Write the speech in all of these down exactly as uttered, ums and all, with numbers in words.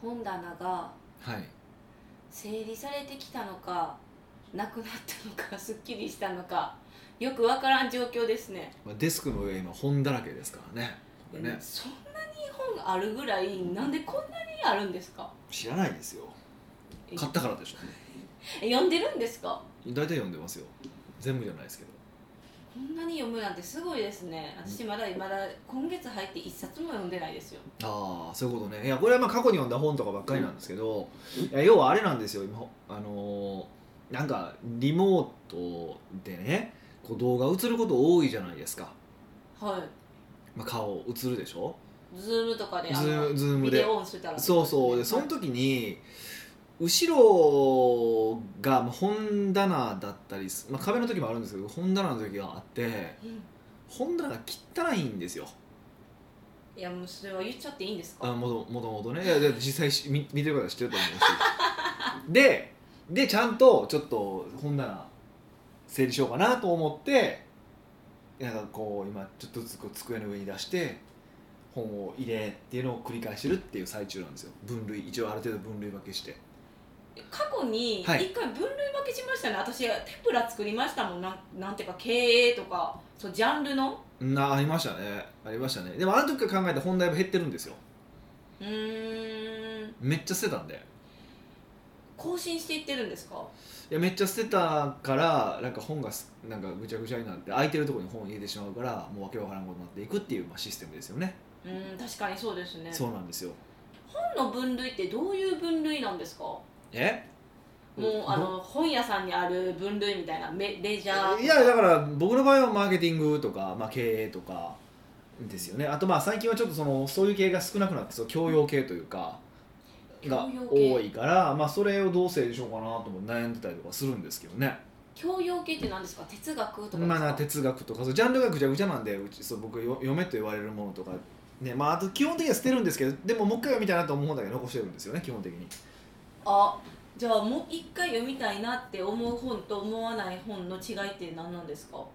本棚がはい整理されてきたのかなくなったのかすっきりしたのかよくわからん状況ですね。 デスクの上今本だらけですからね。これねそんなに本あるぐらいなんでこんなにあるんですか？ 知らないですよ。買ったからでしょ。 読んでるんですか？ 大体読んでますよ。全部じゃないですけど。 こんなに読むなんてすごいですね。私まだまだ今月入って一冊も読んでないですよ。 ああそういうことね。いやこれはまあ過去に読んだ本とかばっかりなんですけど、いや要はあれなんですよ今あのー、なんかリモートでねこう動画映ること多いじゃないですか。 はい。 まあ、顔映るでしょ。 ズームとかでズームズームでビデオオンしてたら、 そうそうでその時に、後ろが本棚だったり、まあ、壁の時もあるんですけど本棚の時があって、うん、本棚が汚いんですよ。 いやもうそれは言っちゃっていいんですか？ あもともともとねいや実際見見てる方は知ってると思うしででちゃんとちょっと本棚整理しようかなと思ってなんかこう今ちょっとずつこう机の上に出して本を入れっていうのを繰り返してるっていう最中なんですよ。分類一応ある程度分類分けして過去に一回分類分けしましたね、はい、私テプラ作りましたもん。な ん, なんていうか経営とかそうジャンルのなありましたねありましたね。でもあの時から考えて本だいぶ減ってるんですよ。 うーんめっちゃ捨てたんで。 更新していってるんですか？ いやめっちゃ捨てたからなんか本がなんかぐちゃぐちゃになって空いてるところに本を入れてしまうからもうわけわからんことになっていくっていう、まあ、システムですよね。 うん確かにそうですね。 そうなんですよ。 本の分類ってどういう分類なんですか？ えもうあの本屋さんにある分類みたいなレジャー。 いやだから僕の場合はマーケティングとか、まあ、経営とかですよね。あとまあ最近はちょっとそのそういう系が少なくなってその教養系というかが多いから、まあ、それをどう整理しようかなと思って悩んでたりとかするんですけどね。 教養系って何ですか？哲学とかですか？ まあ、哲学とかそうジャンルがぐちゃぐちゃなんでうちそう僕よ読めと言われるものとか、ねまあ、あと基本的には捨てるんですけどでももう一回読みたいなと思う本だけ残してるんですよね基本的に。 あじゃあもう一回読みたいなって思う本と思わない本の違いって何なんですか？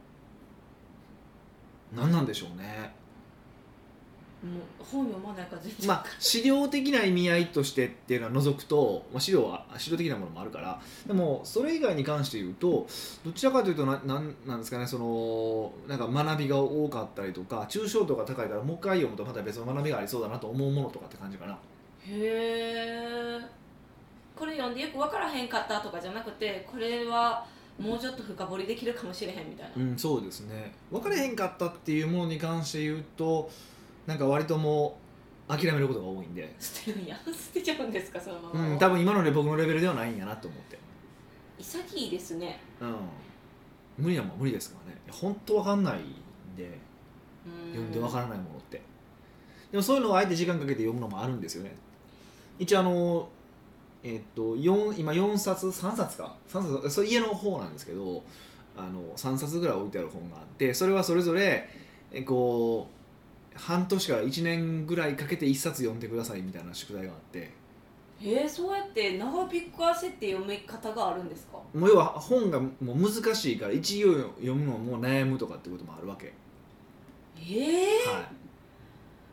何なんでしょうね。 もう本読まないから全然、 まあ、資料的な意味合いとしてっていうのは除くと、まあ、資料は資料的なものもあるからでもそれ以外に関して言うとどちらかというと な, なんなんですかねそのなんか学びが多かったりとか抽象度が高いからもう一回読むとまた別の学びがありそうだなと思うものとかって感じかな。 へえこれ読んでよく分からへんかったとかじゃなくてこれはもうちょっと深掘りできるかもしれへんみたいな。 うんそうですね。分からへんかったっていうものに関して言うとなんか割ともう諦めることが多いんで。 捨てるんや捨てちゃうんですかそのまま。 うん多分今のね僕のレベルではないんやなと思って。 潔いですね。 うん無理なもん無理ですからね。本当分かんないんで読んで分からないものって。でもそういうのをあえて時間かけて読むのもあるんですよね。一応あのえっとよん今よんさつさんさつかさんさつそれ家の方なんですけどあのさんさつぐらい置いてある本があってそれはそれぞれえこう半年からいちねんぐらいかけていっさつ読んでくださいみたいな宿題があって。 えー、そうやって長引かせて読み方があるんですか？ もう要は本がもう難しいから一行読むのも悩むとかってこともあるわけ。 えーはい、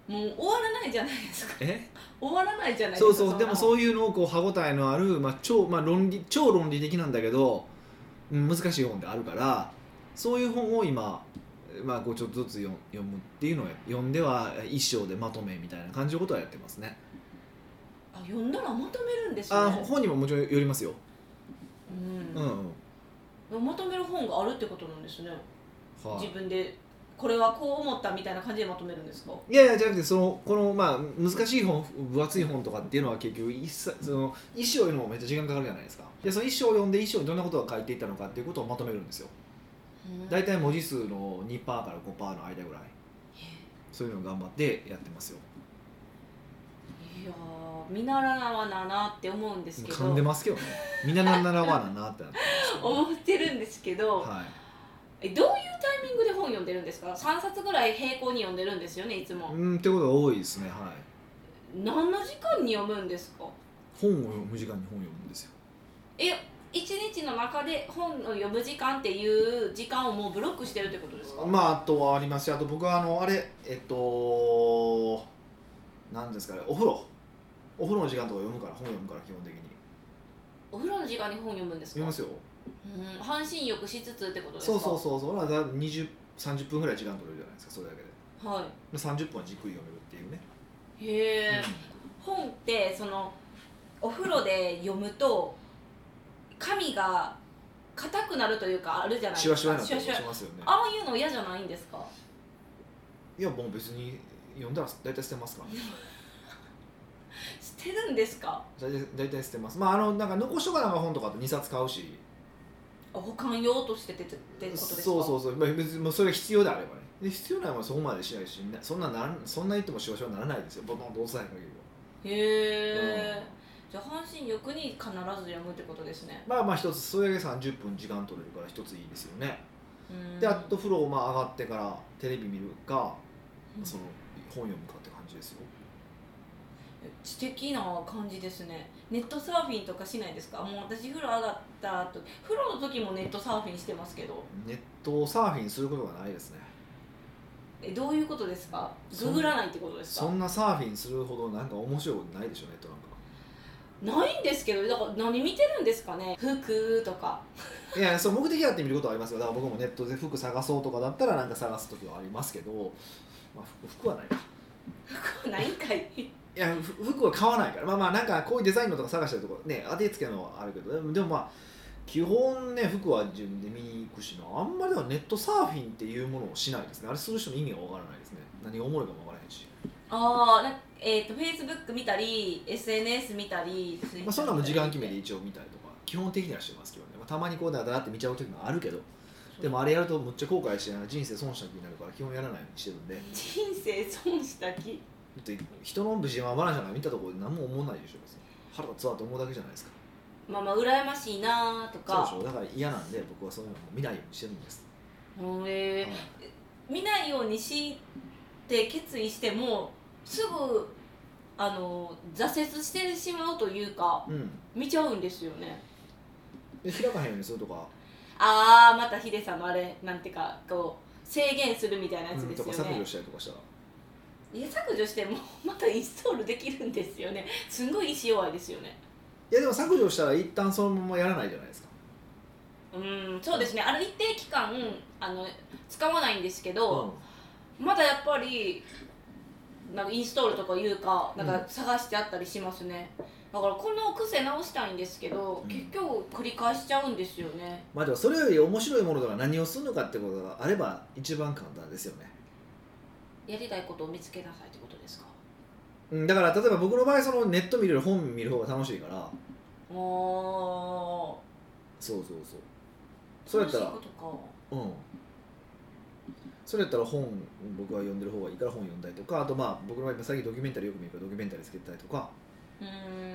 もう終わらないじゃないですか。 え終わらないじゃないですか。 そうそうでもそういうのをこう歯応えのある、まあ 超, まあ論理超論理的なんだけど難しい本であるからそういう本を今、まあ、こうちょっとずつ読むっていうのを読んでは一章でまとめみたいな感じのことはやってますね。 あ読んだらまとめるんですね。 あ本にももちろんよりますよ。 うん、 うんうん、まとめる本があるってことなんですね、 はあ、 自分でこれはこう思ったみたいな感じでまとめるんですか？ いやいやじゃなくてそのこの、まあ、難しい本分厚い本とかっていうのは結局一その一章読むのもめっちゃ時間かかるじゃないですか。でその一章を読んで一章にどんなことが書いていったのかっていうことをまとめるんですよ。だいたい文字数の にパーセント から ごパーセント の間ぐらいそういうのを頑張ってやってますよ。 いやー見習わななって思うんですけど噛んでますけどねみんな習わななってなってます、 思ってるんですけど、 はい、 えどういうタイミングで本読んでるんですか？さんさつぐらい並行に読んでるんですよねいつも。 うんってことが多いですね。はい、 何の時間に読むんですか？ 本を読む時間に本を読むんですよ。 え一日の中で本を読む時間っていう時間をもうブロックしてるってことですか？ まああとはありますしあと僕はあのあれえっと何ですかねお風呂お風呂の時間とか読むから、本読むから基本的にお風呂の時間に本読むんですか？ 読みますよ。 うん、半身浴しつつってことですか？ そうそうそうそう、だからにじゅう、さんじゅっぷんぐらい時間取れるじゃないですか、それだけで。 はさんじゅっぷんはじっくり読めるっていうね。 い。へえ、 うん、 本ってそのお風呂で読むと紙が硬くなるというかあるじゃないですか。 シワシワになったりしますよね。 ああいうの嫌じゃないんですか？ いやもう別に読んだら大体捨てますからね。 捨てるんですか？ 大体大体捨てます。まああのなんか残しとかなんか本とかってにさつ買うし。 保管用としてってことですか？ そうそうそう、まあ、別にもうそれが必要であればね。で必要なのはそこまでしないし、そんななそんな言ってもシワシワにならないですよ。ボトンと押さえない限りは。 へえ、 うん、 じゃあ半身浴に必ず読むってことですね。 まあまあ一つそれでさんじゅっぷん時間取れるから一ついいですよね。 うん、 であと風呂まあ上がってからテレビ見るか、 うん、 その本読むかって感じですよ。 知的な感じですね。ネットサーフィンとかしないですか？もう私風呂上がった後、風呂の時もネットサーフィンしてますけど。 ネットサーフィンすることがないですね。 え、どういうことですか？ググらないってことですか？ そんなサーフィンするほどなんか面白いことないでしょ、ネットなんか。 ないんですけど、だから何見てるんですかね？服とか。 いや、そう目的あって見ることはありますよ。だから僕もネットで服探そうとかだったらなんか探す時はありますけど、まあ、服, 服はないか。 服ないんかい。 いや服は買わないから、まあまあなんかこういうデザインのとか探したりとかね、当てつけるのはあるけど、でもでもまあ基本ね服は自分で見に行くしな、あんまりはネットサーフィンっていうものをしないですね。あれする人の意味がわからないですね。何がおもろいかもわからへんし。 ああ、なえっ、ー、とフェイスブック見たり エスエヌエス 見たり、 まあそんなも時間決めで一応見たりとか基本的にはしてますけどね。まあ、たまにこうだだって見ちゃう時もあるけど、でもあれやるとむっちゃ後悔して人生損した気になるから基本やらないようにしてるんで。 人生損した気。 人の無事は話なんか見たところで何も思わないでしょ。腹立つわと思うだけじゃないですか。 まあまあ羨ましいなとか。 そうでしょ。だから嫌なんで僕はそういうのも見ないようにしてるんです。 へえ、はい、見ないようにして決意してもすぐあの挫折してしまうというか、うん、見ちゃうんですよね。 で開かへんようにするとか。 ああ、またヒデさんのあれなんていうかこう制限するみたいなやつですよね。うん、 とか削除したりとかしたら。 いや削除してもまたインストールできるんですよね。すんごい意志弱いですよね。 いやでも削除したら一旦そのままやらないじゃないですか。 うん、そうですね。ある一定期間あの使わないんですけど、うん、まだやっぱりなんかインストールとかいうかなんか探してあったりしますね。だからこの癖直したいんですけど、うん、結局繰り返しちゃうんですよね。 まあでもそれより面白いものとか何をするのかってことがあれば一番簡単ですよね。 やりたいことを見つけなさいってことですか。 うん、だから例えば僕の場合そのネット見るより本見る方が楽しいから。ああ。そうそうそう。それやったら楽しいことか。 うん。それやったら本僕は読んでる方がいいから本読んだりとか、あとまあ僕の場合最近ドキュメンタリーよく見るからドキュメンタリーつけたりとか。うん。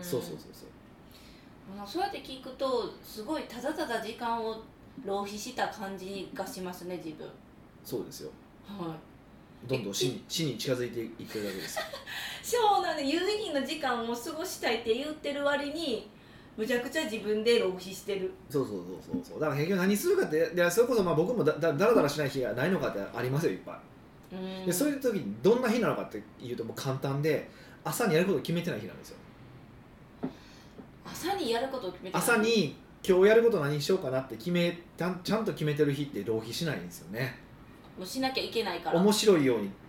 そうそうそうそう。 そうやって聞くとすごいただただ時間を浪費した感じがしますね、自分。 そうですよ。 はい。 どんどん死に、死に近づいていってるだけですよ。 そうなんで、有意義な時間を過ごしたいって言ってる割にむちゃくちゃ自分で浪費してる。 そうそうそうそうそう。だから結局何するかって、でそれこそまあ僕もだだだらだらしない日がないのかってありますよ、いっぱい。うん。でそういう時にどんな日なのかっていうともう簡単で、朝にやることを決めてない日なんですよ。 朝にやることを決めてない。 朝に今日やること何しようかなって決めちゃんちゃんと決めてる日って浪費しないんですよね。 もうしなきゃいけないから。 面白いように。うん。うん。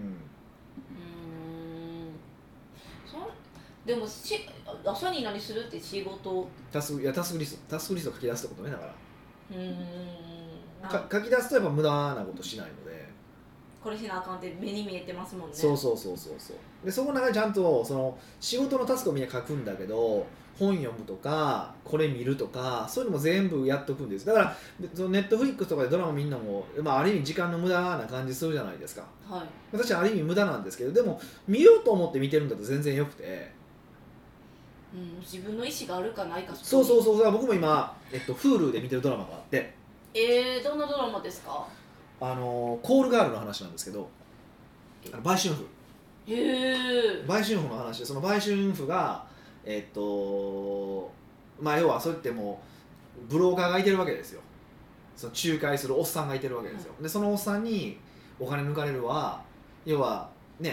そでもし朝に何するって仕事。 タスいやタスクリストタスクリスト書き出すってことね、だから。 うん。 か書き出すとやっぱ無駄なことしないので。 これしなあかんって目に見えてますもんね。 そうそうそうそうそう。でそこの中でちゃんとその仕事のタスクをみんな書くんだけど、本読むとかこれ見るとかそういうのも全部やっとくんです。だからそのネットフリックスとかでドラマみんなも、まあ、ある意味時間の無駄な感じするじゃないですか。 はい。 私はある意味無駄なんですけど、でも見ようと思って見てるんだと全然よくて、 うん、自分の意思があるかないか。 そうそうそう。だから僕も今、えっと、Hulu で見てるドラマがあって、 えー、どんなドラマですか？ あのコールガールの話なんですけど、あの売春婦。 へー。 売春婦の話で、その売春婦がえっとまあ要はそうやってもうブローカーがいてるわけですよ。その仲介するおっさんがいてるわけですよ。でそのおっさんにお金抜かれるは要はね、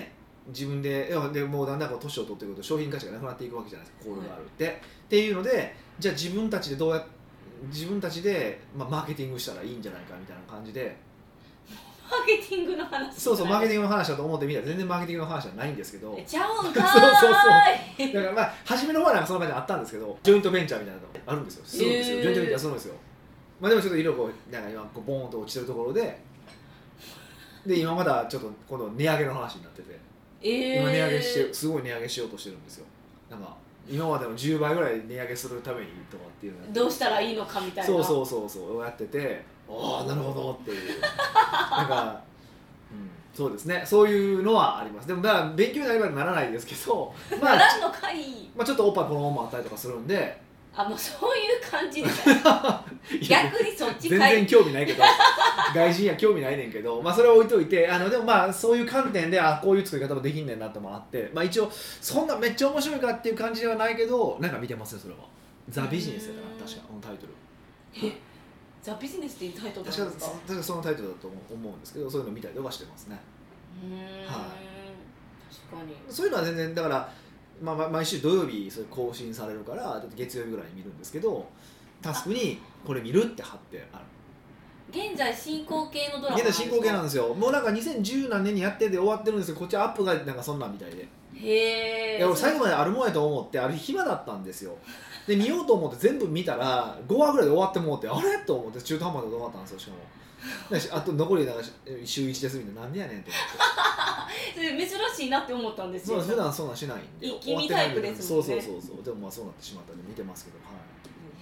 自分でいやでもうだんだんこう年を取ってくると商品価値がなくなっていくわけじゃないですか、コールがあるって、はい、っていうのでじゃあ自分たちでどうや自分たちで、まあ、マーケティングしたらいいんじゃないかみたいな感じでマーケティングの話そうそうマーケティングの話だと思ってみたら全然マーケティングの話じゃないんですけどちゃうんかーいそうそうそうだからまあ初めの方はなんかその感じあったんですけどジョイントベンチャーみたいなのあるんですよするんですよ、えー、ジョイントベンチャーするんですよ。まあでもちょっと色々こうなんか今こうボーンと落ちてるところでで今まだちょっと今度値上げの話になってて、えー、今値上げしてすごい値上げしようとしてるんですよ。なんか今までのじゅうばいぐらい値上げするためにとかっていうのどうしたらいいのかみたいなそうそうそうそうやっててああなるほどっていうなんか、うん、そうですねそういうのはあります。でもだから勉強になればならないですけど、まあ、 ならんのかい、 まあ、ちょっとおっぱいこのままあったりとかするんであもうそういう感じで逆にそっち全然興味ないけど外人は興味ないねんけど、まあ、それを置いといてあのでもまあそういう観点であこういう作り方もできんねんなってもあって、まあ、一応そんなめっちゃ面白いかっていう感じではないけどなんか見てますよそれは。ザ・ビジネスだから確かこのタイトルえザ・ビジネスっていうタイトルなんですか。 確か確かそのタイトルだと思うんですけどそういうの見たりとかしてますね。 うーん、はい、確かにそういうのは全然だからまあ、毎週土曜日それ更新されるから月曜日ぐらいに見るんですけどタスクにこれ見るって貼ってある。 現在進行形のドラマなんですか。 現在進行形なんですよ。もうなんかにせんじゅう何年にやってて終わってるんですけどこっちアップがなんかそんなんみたいでへえ。 俺最後まであるもんやと思ってある日暇だったんですよ。で見ようと思って全部見たらごわぐらいで終わってもうてあれと思って中途半端で終わったんですよ。しかもあと残りなんか週いちですみたいななんでやねんと思ってそれ珍しいなって思ったんですよ。 普段そんなんしないんで一気見タイプですもんね。 そうそうそうそうでもまあそうなってしまったんで見てますけど、はい、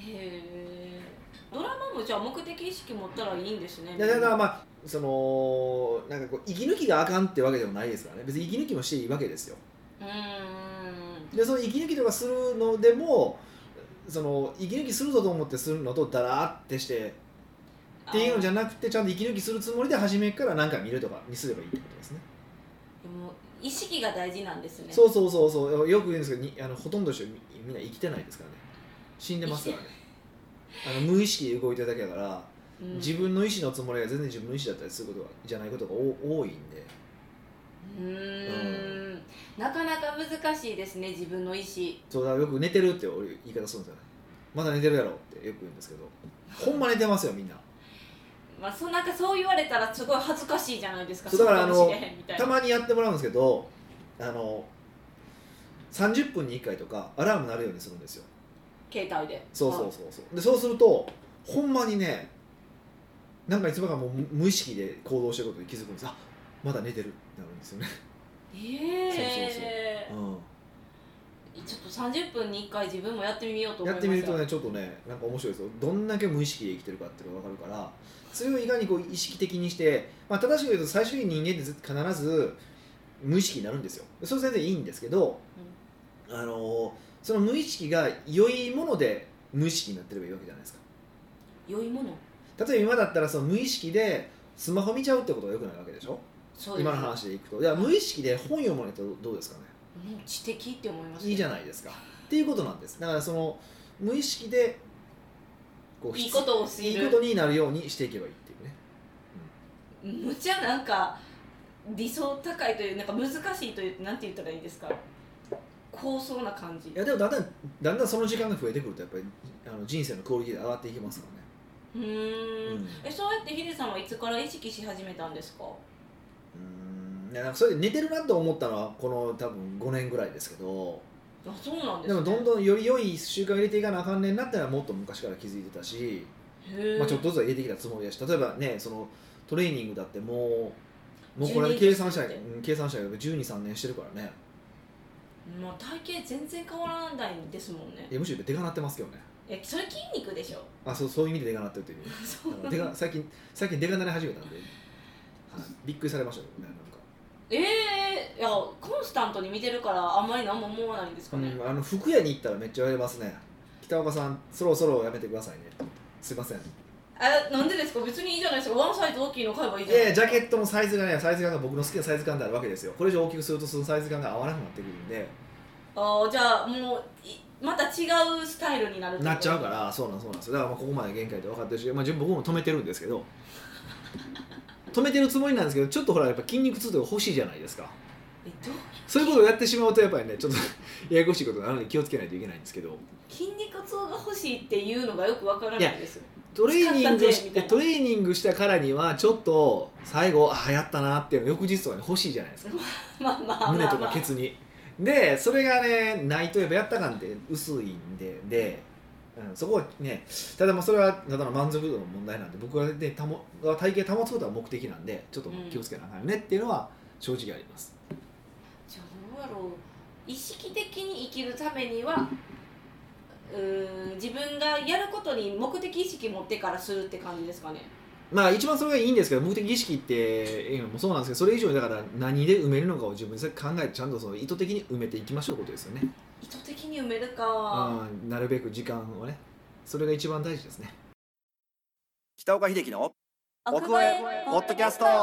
へえ。ドラマもじゃあ目的意識持ったらいいんですね。 いやだからまあそのなんかこう息抜きがあかんってわけでもないですからね。別に息抜きもしていいわけですよ。 うーんでその息抜きとかするのでもその息抜きするぞと思ってするのとダラーってしてっていうのじゃなくてちゃんと息抜きするつもりで初めから何か見るとかにすればいいってことですね。 でも意識が大事なんですね。 そうそうそうそうよく言うんですけどにあのほとんどの人みんな生きてないですからね。死んでますからね。あの無意識で動いてるだけだから、うん、自分の意思のつもりが全然自分の意思だったりすることじゃないことが多いんでうーん、うん、なかなか難しいですね自分の意思。 そうだよく寝てるって俺言い方するんですよね。まだ寝てるやろってよく言うんですけどほんま寝てますよみんな。 まあ、そなんかそう言われたらすごい恥ずかしいじゃないですか。 そうだからあのたまにやってもらうんですけどあのさんじゅっぷんにいっかいとかアラーム鳴るようにするんですよ携帯で。 そうそうそうそうでそうするとほんまにねなんかいつもかもう無意識で行動してることに気づくんです。あまだ寝てるってなるんですよね。 ええー、 そうそうそう、うんちょっとさんじゅっぷんにいっかい自分もやってみようと思います。 やってみるとねちょっとねなんか面白いですよ。どんだけ無意識で生きてるかっていうのが分かるからそれをいかにこう意識的にして、まあ、正しく言うと最終的に人間って必ず無意識になるんですよ。それ全然いいんですけど、うん、あのその無意識が良いもので無意識になってればいいわけじゃないですか。 良いもの例えば今だったらその無意識でスマホ見ちゃうってことが良くないわけでしょ。そうです。今の話でいくといや無意識で本読むのってどうですかね。 もう知的って思います、ね、 いいじゃないですかっていうことなんです。だからその無意識でこういいことをするいいことになるようにしていけばいいっていうね、うん、むちゃなんか理想高いというなんか難しいというなんて言ったらいいですか高層な感じ。 いやでもだんだんだんだんその時間が増えてくるとやっぱりあの人生のクオリティが上がっていきますからね。 うーん、うん、えそうやってヒデさんはいつから意識し始めたんですか。 いやなんかそれで寝てるなと思ったのはこの多分ごねんぐらいですけど。 あそうなんです、ね、 でもどんどんより良い習慣を入れていかなあかんねんなってのはもっと昔から気づいてたし、まあ、ちょっとずつ入れてきたつもりだし例えばねそのトレーニングだってもうもうこれ計算したら計算したらじゅうに、さんねんしてるからね。 もう体型全然変わらないんですもんね。 いやむしろでかなってますけどね。 えそれ筋肉でしょ。 あそうそういう意味ででかなってるっていう意味でか最近最近でかなり始めたんで、はい、びっくりされましたけどね。なんかええー、いやコンスタントに見てるからあんまり何も思わないんですかね、 うん、あの服屋に行ったらめっちゃ言われますね。北岡さんそろそろやめてくださいねすいません。 あなんでですか。別にいいじゃないですか。ワンサイズ大きいの買えばいいじゃないですか。 いやジャケットのサイズがねサイズ感が僕の好きなサイズ感であるわけですよ。これ以上大きくするとそのサイズ感が合わなくなってくるんであじゃあもうまた違うスタイルになるなっちゃうからそうなんそうなんですよ。だからまあここまで限界で分かってるし、まあ、僕も止めてるんですけど止めてるつもりなんですけどちょっとほらやっぱ筋肉痛とか欲しいじゃないですか。 えどうそういうことをやってしまうとやっぱりねちょっとややこしいことなので気をつけないといけないんですけど、 筋肉痛が欲しいっていうのがよくわからないですよ。 トレーニングし使ったぜみたいなトレーニングしたからにはちょっと最後あやったなっていうの翌日とかに欲しいじゃないですかまあまあまあまあ胸とかケツに。でそれがねないとやっぱやった感って薄いんでで、うん、そこはねただまあそれはただの満足度の問題なんで僕は、ね、たも体型保つことが目的なんでちょっと気をつけなあかんねっていうのは正直あります。 じゃあどうやろう、意識的に生きるためにはうーん自分がやることに目的意識持ってからするって感じですかね。 まあ一番それがいいんですけど目的意識っていうのもそうなんですけどそれ以上にだから何で埋めるのかを自分で考えてちゃんとその意図的に埋めていきましょうということですよね。 意図的に埋めるか、 うん、なるべく時間をねそれが一番大事ですね。 北岡秀樹の奥越えポッドキャスト。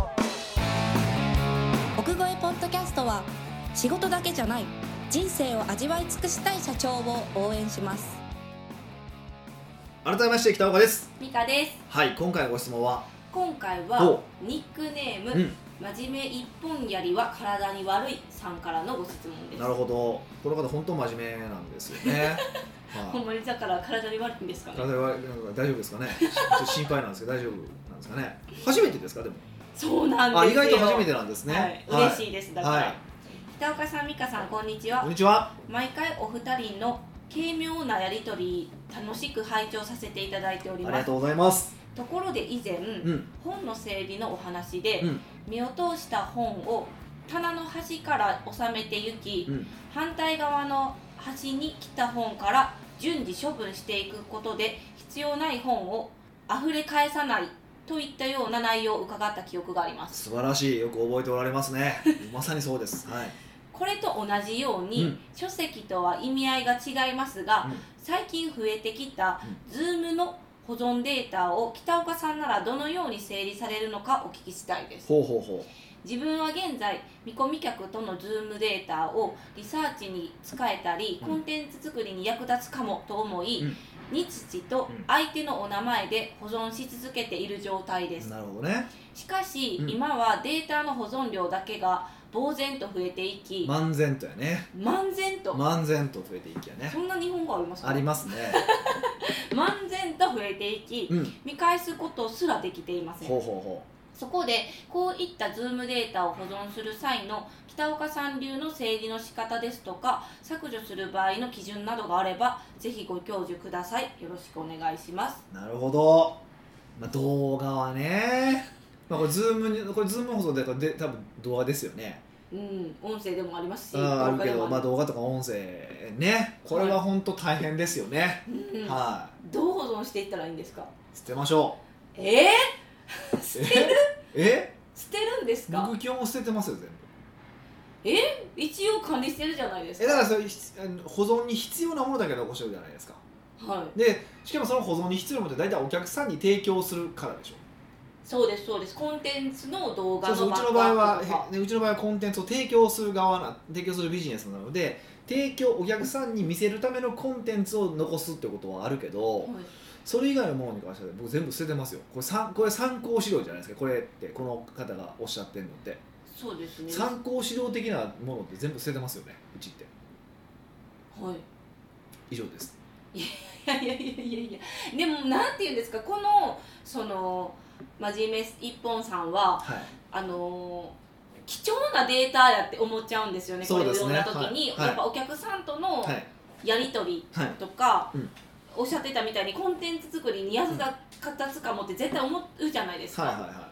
奥越えポッドキャストは仕事だけじゃない人生を味わい尽くしたい社長を応援します。 改めまして北岡です。 ミカです。 はい、今回のご質問は今回おはニックネーム、 うん真面目一本槍は体に悪いさんからのご質問です。 なるほど、この方本当真面目なんですよね。 ほんまにだから体に悪いんですかね。 体はなんか大丈夫ですかね。ちょっと心配なんですけど大丈夫なんですかね。初めてですかでも。 そうなんですよ。 あ、意外と初めてなんですね。 はい、嬉しいです。だから、 はい、 北岡さん、美香さん、こんにちは。 こんにちは。 毎回お二人の軽妙なやりとり楽しく拝聴させていただいております。 ありがとうございます。 ところで以前、 うん、 本の整理のお話で、 うん、 目を通した本を棚の端から収めていき、うん、反対側の端に来た本から順次処分していくことで必要ない本を溢れ返さないといったような内容を伺った記憶があります。 素晴らしい、よく覚えておられますね。まさにそうです、はい、 これと同じように、うん、書籍とは意味合いが違いますが、うん、最近増えてきた Zoom の保存データを北岡さんならどのように整理されるのかお聞きしたいです。 ほうほうほう。 自分は現在見込み客との Zoom データをリサーチに使えたり、うん、コンテンツ作りに役立つかもと思い、うん、日時と相手のお名前で保存し続けている状態です。 なるほどね。 しかし、 うん、 今はデータの保存量だけが呆然と増えていき、 漫然とやね。 漫然と漫然と増えていきやね。 そんな日本語ありますか？ ありますね。 漫然と増えていき、うん、見返すことすらできていません。 ほうほうほう。そこでこういった Zoom データを保存する際の北岡さん流の整理の仕方ですとか削除する場合の基準などがあればぜひご教授ください。よろしくお願いします。 なるほど、まあ、動画はね、まあ、これ Zoom これ Zoom 放送でで多分動画ですよね。 うん、音声でもありますし、 ああるけど、まあ、動画とか音声ね、これは本当大変ですよね、 はいうんはい、 どう保存していったらいいんですか？ 捨てましょう。えー、捨てるえ捨てるんですか？ 僕基本捨ててますよ全部。え一応管理してるじゃないですか。 えだからそれ保存に必要なものだけ残してるじゃないですか。 はい。 でしかもその保存に必要なものって大体お客さんに提供するからでしょ。 そうですそうです。コンテンツの動画のそうそう、うちの場合はうちの場合はコンテンツを提供する側な提供するビジネスなので提供お客さんに見せるためのコンテンツを残すってことはあるけど、はい、それ以外のものに関しては僕全部捨ててますよ。これ参これ参考資料じゃないですか。これってこの方がおっしゃってるのってそうですね。 参考資料的なものって全部捨ててますよねうちって。 はい以上です。 いやいやいやいやいやでもなんていうんですか、このその真面目一本さんは、はい、あの貴重なデータやって思っちゃうんですよね。これを読んだ時に、はい、やっぱお客さんとのやり取りとか、はいうん、おっしゃってたみたいにコンテンツ作りに役立つかもって絶対思うじゃないですか。 はいはいはい、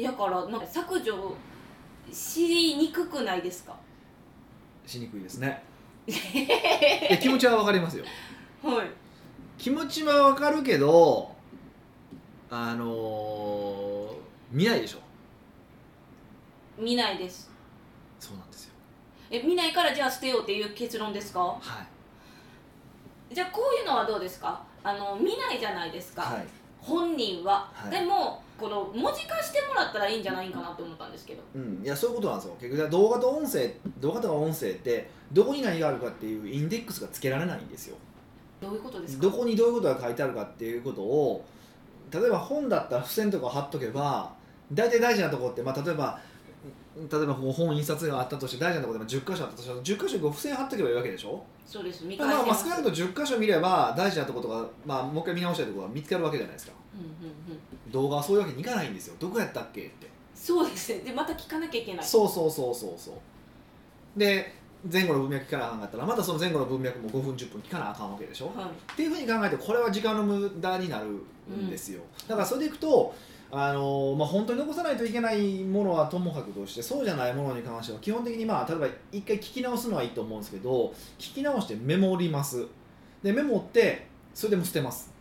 だからなんか削除しにくくないですか？ しにくいですね。気持ちはわかりますよ。 はい。 気持ちはわかるけどあのー、見ないでしょ。 見ないです。 そうなんですよ。 え見ないからじゃあ捨てようっていう結論ですか？ はい。 じゃあこういうのはどうですか？あの見ないじゃないですか、はい、本人は、はい、でもこの文字化してもらったらいいんじゃないかなって思ったんですけど、 うん、いやそういうことなんですよ。結局動画と音声動画とか音声ってどこに何があるかっていうインデックスがつけられないんですよ。 どういうことですか？ どこにどういうことが書いてあるかっていうことを例えば本だったら付箋とか貼っとけば大体大事なところって、まあ、例えば例えばこう本印刷があったとして大事なところでもじゅっかしょあったとしてじゅっかしょこう付箋貼っておけばいいわけでしょ。 そうです、見まあ、 返せます。 まあ少なくともじゅっかしょ見れば大事なところとか、まあ、もう一回見直したいところが見つかるわけじゃないですか。 うんうんうん、 動画はそういうわけにいかないんですよ。どこやったっけって。 そうですね。でまた聞かなきゃいけない。 そうそうそうそうそうで前後の文脈聞かなあかんかったらまたその前後の文脈もごふんじゅっぷん聞かなあかんわけでしょ、はい、っていうふうに考えてこれは時間の無駄になるんですよ、うん、だからそれでいくとあの、まあ、本当に残さないといけないものはともかくとしてそうじゃないものに関しては基本的に、まあ、例えば一回聞き直すのはいいと思うんですけど聞き直してメモりますでメモってそれでも捨てます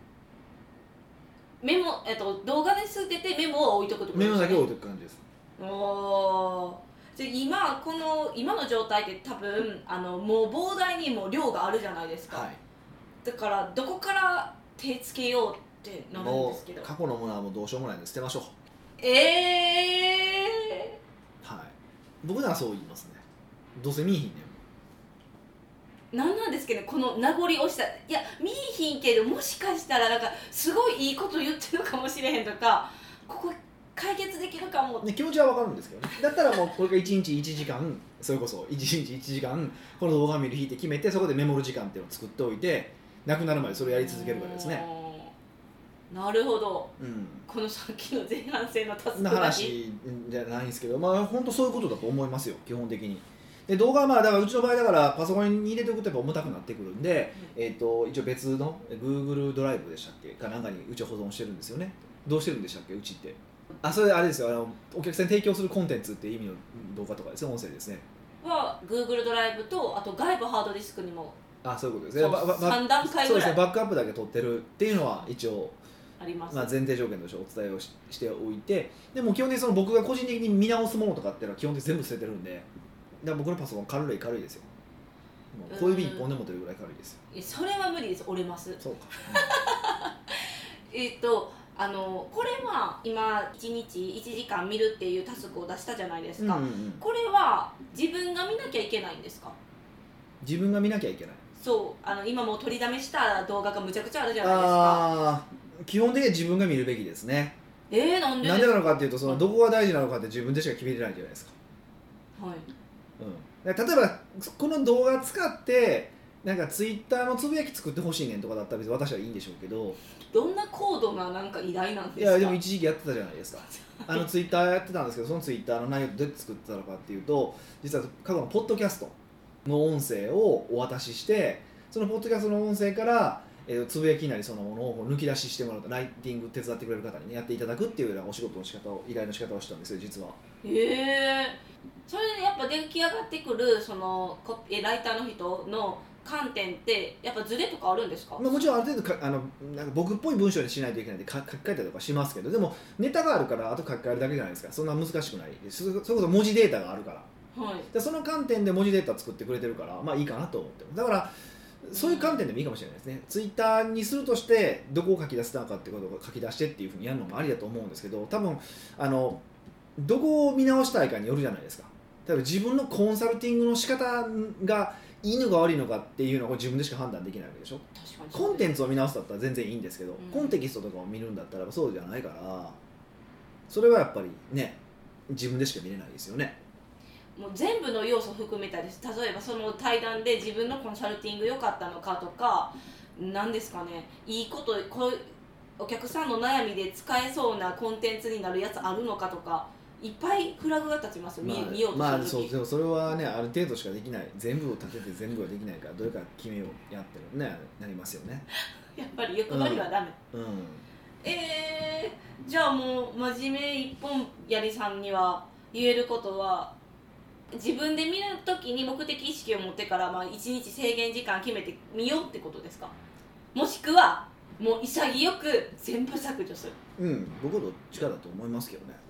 メモ、えっと、動画で捨ててメモを置いとくってことですね。 メモだけ置いとく感じです。 おーで今この今の状態って多分あのもう膨大にもう量があるじゃないですか、はい、だからどこから手つけようってなるんですけど過去のものはもうどうしようもないので捨てましょう。 ええー、はい僕ならそう言いますね。どうせ見えひんねんなんなんですけど、ね、この名残惜しさいや見えひんけどもしかしたらなんかすごいいいこと言ってるかもしれへんとかここ解決できるかも、 ね、気持ちは分かるんですけどね。だったらもうこれがいちにちいちじかんそれこそいちにちいちじかんこの動画を見る日って決めてそこでメモる時間っていうのを作っておいてなくなるまでそれをやり続けるからですね。 なるほど、 うん、 このさっきの前半戦のタスクな話じゃないんですけどまあ本当そういうことだと思いますよ基本的に。で動画はまあだからうちの場合だからパソコンに入れておくとやっぱ重たくなってくるんで、うんえー、と一応別の Google ドライブでしたっけかなんかにうちは保存してるんですよね。どうしてるんでしたっけうちって。あそれあれですよあのお客さんに提供するコンテンツっていう意味の動画とかですね音声ですねは Google ドライブとあと外部ハードディスクにもあそういうことですねさん段階ぐらいそうですねバックアップだけ取ってるっていうのは一応あります、 まあ、前提条件としてお伝えを し, しておいてでも基本的にその僕が個人的に見直すものとかっていうのは基本的に全部捨ててるんでだから僕のパソコン軽い軽いですよもう小指一本で持てるぐらい軽いですよ。 いやそれは無理です折れますそうか、 うん、えっとあのこれは今いちにちいちじかん見るっていうタスクを出したじゃないですか、うんうんうん、これは自分が見なきゃいけないんですか。 自分が見なきゃいけない。 そうあの今もう取りだめした動画がむちゃくちゃあるじゃないですか。 あ基本的に自分が見るべきですね。 えー、なんでなんでなのかっていうとそのどこが大事なのかって自分でしか決めてないじゃないですか。 はい、 うん、例えばこの動画使ってなんかツイッターのつぶやき作ってほしいねんとかだったら別に私はいいんでしょうけどどんな高度ななんか依頼なんですか。 いやでも一時期やってたじゃないですかあのツイッターやってたんですけどそのツイッターの内容どうやって作ってたのかっていうと実は過去のポッドキャストの音声をお渡ししてそのポッドキャストの音声から、えー、つぶやきなりそのものを抜き出ししてもらうとライティング手伝ってくれる方に、ね、やっていただくっていうようなお仕事の仕方を依頼の仕方をしたんですよ実は。 へえー、それでやっぱ出来上がってくるそのライターの人の観点ってやっぱズレとかあるんですか。 まあ、もちろんある程度かあのなんか僕っぽい文章にしないといけないんで書き換えたりとかしますけどでもネタがあるからあと書き換えるだけじゃないですか。そんな難しくないそれこそ文字データがあるから、はい、でその観点で文字データ作ってくれてるからまあいいかなと思ってだからそういう観点でもいいかもしれないですね。ツイッターにするとしてどこを書き出せたのかってことを書き出してっていうふうにやるのもありだと思うんですけど多分あのどこを見直したいかによるじゃないですか。例えば自分のコンサルティングの仕方がいいのか悪いのかっていうのを自分でしか判断できないわけでしょ。確かにコンテンツを見直すだったら全然いいんですけど、うん、コンテキストとかを見るんだったらそうじゃないからそれはやっぱりね自分でしか見れないですよね。 もう全部の要素含めたです。例えばその対談で自分のコンサルティング良かったのかとか何ですかねいいことこうお客さんの悩みで使えそうなコンテンツになるやつあるのかとかいっぱいフラグが立ちますよ、まあ、見ようとするまあそうでもそれはねある程度しかできない全部を立てて全部ができないからどれか決めようやってるねなりますよねやっぱり欲張りはダメ、 うんうん、 えー、じゃあもう真面目一本やりさんには言えることは自分で見るときに目的意識を持ってから、まあ、いちにち制限時間決めてみようってことですか。もしくはもう潔く全部削除する。 うん僕はどっちかだと思いますけどね。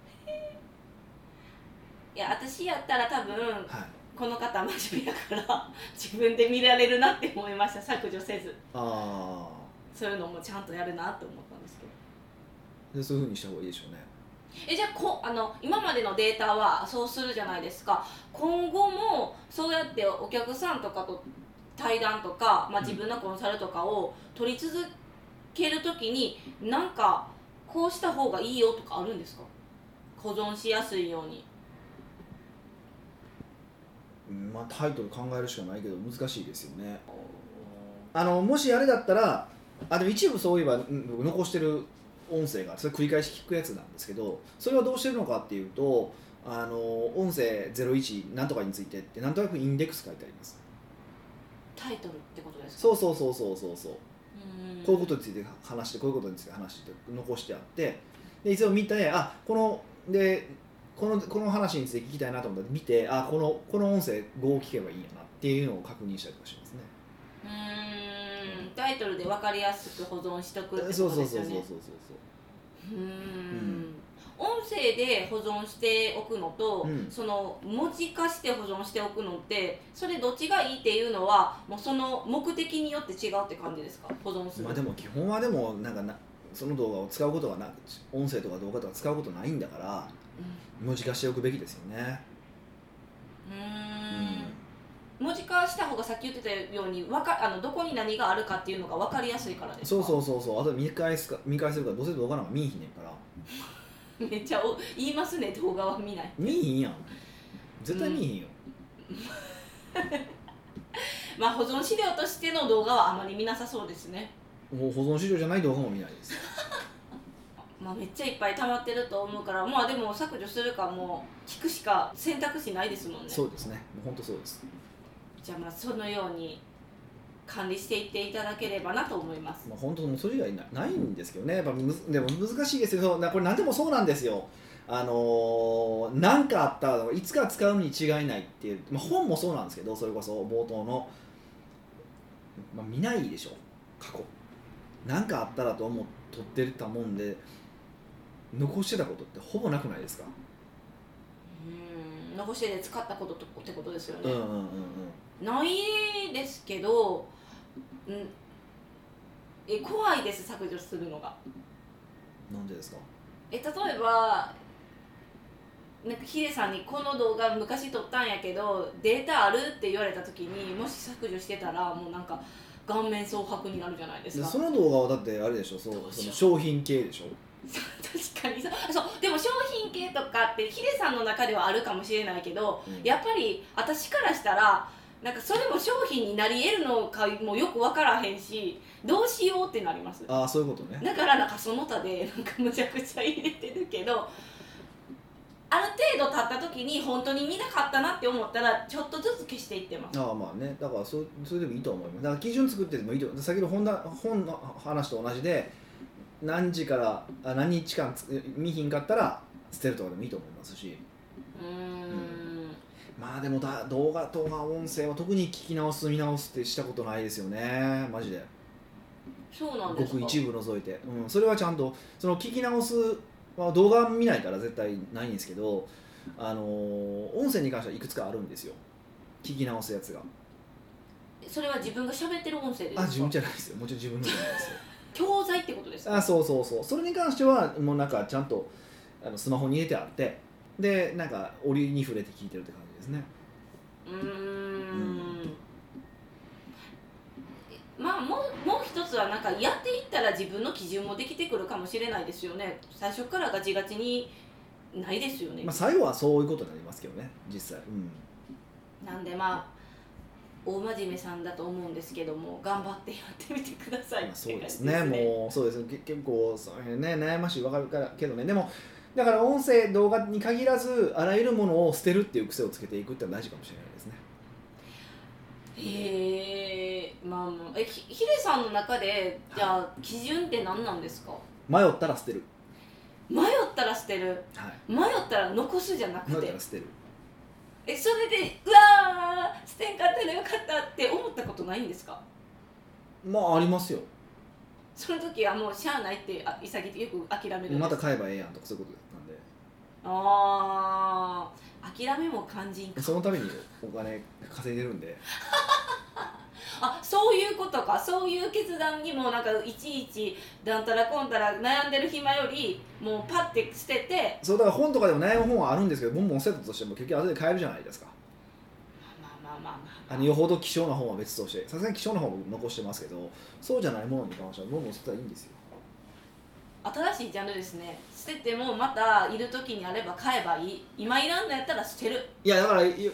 いや私やったら多分、はい、この方真面目やから自分で見られるなって思いました。削除せずあそういうのもちゃんとやるなって思ったんですけどでそういうふうにした方がいいでしょうね。 えじゃあこあの今までのデータはそうするじゃないですか。今後もそうやってお客さんとかと対談とか、まあ、自分のコンサルとかを取り続けるときに何かこうした方がいいよとかあるんですか。保存しやすいように。 うんまあ、タイトル考えるしかないけど難しいですよね。あのもしあれだったらあでも一部そういえば僕残してる音声がそれ繰り返し聞くやつなんですけど、それはどうしてるのかっていうとあの音声ゼロいちなんとかについてってなんとなくインデックス書いてあります。 タイトルってことですか？ そうそうそうそうそうそう、 うんこういうことについて話してこういうことについて話して残してあって、でいつも見てあこのでこのこの話について聞きたいなと思って見てあこのこの音声ごを聞けばいいんやなっていうのを確認したりとかしますね。 うーんタイトルで分かりやすく保存しとくってことですよね。 そうそうそうそうそうそううーん、 うん、 音声で保存しておくのと、 うんその文字化して保存しておくのってそれどっちがいいっていうのはもうその目的によって違うって感じですか？保存する。 まあでも基本はでもなんかなその動画を使うことがなく音声とか動画とか使うことないんだから文字化しておくべきですよね。 うーん文字化した方がさっき言ってたようにわかあのどこに何があるかっていうのが分かりやすいからですか？ そうそうそうそう、あと見返すか見返せるからどうせ動画なんか見えひんねんからめっちゃお言いますね、動画は見ない。 見えひんやん絶対見えひんよ、 まあ保存資料としての動画はあまり見なさそうですね。 もう保存資料じゃない動画も見ないですまあめっちゃいっぱい溜まってると思うからまあでも削除するかもう聞くしか選択肢ないですもんね。 そうですね、もう本当そうです。 じゃあまあそのように管理していっていただければなと思います。 まあ、本当もうそれ以外なないんですけどね、やっぱむでも難しいですよ。これ何でもそうなんですよ。あの何、ー、かあったらいつか使うに違いないっていう、まあ、本もそうなんですけど、それこそ冒頭の、まあ、見ないでしょ過去何かあったらと思って撮ってたもんで残してたことってほぼなくないですか？ うん残してで使ったことってことですよね。 うんうんうんうんないですけど、うん、え怖いです、削除するのが。 なんでですか？ え例えばなんかヒデさんにこの動画昔撮ったんやけどデータあるって言われた時にもし削除してたらもうなんか顔面蒼白になるじゃないですか。 その動画はだってあれでしょ、そうその商品系でしょ確かにそうそうでも商品系とかってヒデさんの中ではあるかもしれないけど、うん、やっぱり私からしたらなんかそれも商品になり得るのかもよく分からへんしどうしようってなります。 ああそういうことね。 だからなんかその他でなんかむちゃくちゃ入れてるけどある程度経った時に本当に見なかったなって思ったらちょっとずつ消していってます。 ああまあね、だから そ, それでもいいと思います。だから基準作ってもいいと思う。先ほど 本, 本の話と同じで何時からあ何日間見ひんかったら捨てるとかでもいいと思いますし、 うーん、うん、 まあでもだ動画とか音声は特に聞き直す見直すってしたことないですよねマジで。 そうなんですか。 ごく一部除いて、うん、それはちゃんとその聞き直す、まあ、動画見ないから絶対ないんですけど、あのー、音声に関してはいくつかあるんですよ聞き直すやつが。 それは自分が喋ってる音声ですか？ あ自分じゃないですよ、もちろん自分のじゃないですよ教材ってことですか？ あそうそうそう、それに関してはもうなんかちゃんとあのスマホに入れてあってでなんか折に触れて聞いてるって感じですね。 うーん、うんまあもう、もう一つはなんかやっていったら自分の基準もできてくるかもしれないですよね。最初からガチガチにないですよね。 まあ、最後はそういうことになりますけどね実際、うん、 なんでまあ大真面目さんだと思うんですけども頑張ってやってみてくださいってそうで感じですすね。もうそうですね結構その辺ね悩ましい分かるからけどね、でもだから音声動画に限らずあらゆるものを捨てるっていう癖をつけていくってのは大事かもしれないですね。 へえ、まあまあえひヒデさんの中でじゃあ基準って何なんですか？ 迷ったら捨てる。 迷ったら捨てる、 はい、 迷ったら残すじゃなく迷ってたら捨てる。 えそれでうわー捨てんかったらよかったって思ったことないんですか？ まあありますよ。 その時はもうしゃあないってあ潔くよく諦めるんです。 また買えばええやんとかそういうことなんで。 ああ諦めも肝心か。 そのためにお金稼いでるんであそういうことか。そういう決断にもなんかいちいちだんたらこんたら悩んでる暇よりもうパッて捨てて。 そうだから本とかでも悩む本はあるんですけど、本も捨てたとしても結局後で買えるじゃないですか。 まあまあまあまあ、まあ、 あのよほど希少な本は別として、さすがに希少な本も残してますけど、そうじゃないものに関してはどんどん捨てたらいいんですよ。 新しいジャンルですね。捨ててもまたいる時にあれば買えばいい。今いらんのやったら捨てる。 いやだから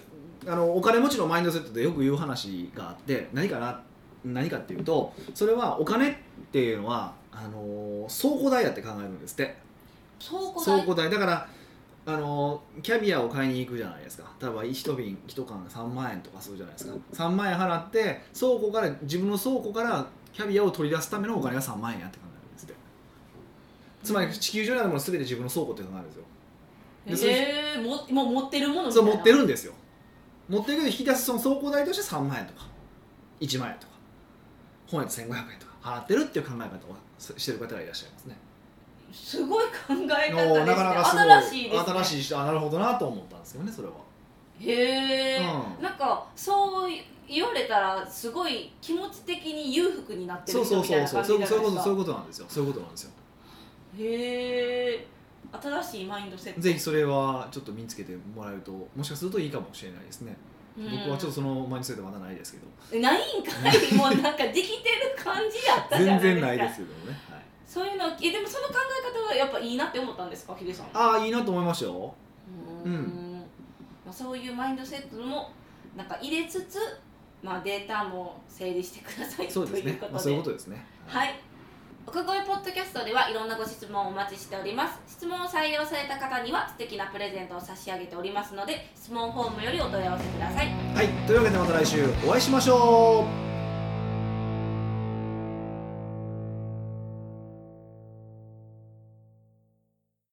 あのお金持ちのマインドセットでよく言う話があって、何かな何かっていうと、それはお金っていうのはあの倉庫代やって考えるんですって。 倉庫代。 倉庫代だからあのキャビアを買いに行くじゃないですか。例えば一瓶一缶さんまんえんとかするじゃないですか。さんまんえん払って倉庫から自分の倉庫からキャビアを取り出すためのお金がさんまんえんやって考えるんですって。つまり地球上にあるもの全て自分の倉庫って考えるんですよ。 へえー、ももう持ってるものみたいな。 そう持ってるんですよ。持ってるけど引き出すその倉庫代としてさんまんえんとかいちまんえんとか本屋でせんごひゃくえんとか払ってるっていう考え方をしてる方がいらっしゃいますね。 すごい考え方ですね。 なかなかすごい新しいですね。 新しい人、あ、なるほどなと思ったんですけどね、それは。 へえ、 うん、 なんかそう言われたらすごい気持ち的に裕福になってる人みたいな感じじゃないですか。 そうそうそうそういうことなんですよ。そういうことなんですよ。 へえ、新しいマインドセット。 ぜひそれはちょっと身につけてもらえると、もしかするといいかもしれないですね。僕はちょっとそのマインドセットまだないですけど。 ないんかい。もうなんかできてる感じやったじゃないですか。 全然ないですけどね。はい、 そういうの、え、でもその考え方はやっぱいいなって思ったんですか、ヒデさん。 ああ、いいなと思いましたよ。 うん、うん、まあ、そういうマインドセットもなんか入れつつ、まあ、データも整理してください。 そうですね。 ということで、 まあ、そういうことですね。 はい、はい、奥越ポッドキャストではいろんなご質問をお待ちしております。質問を採用された方には素敵なプレゼントを差し上げておりますので、質問フォームよりお問い合わせください。 はい、というわけでまた来週お会いしましょう。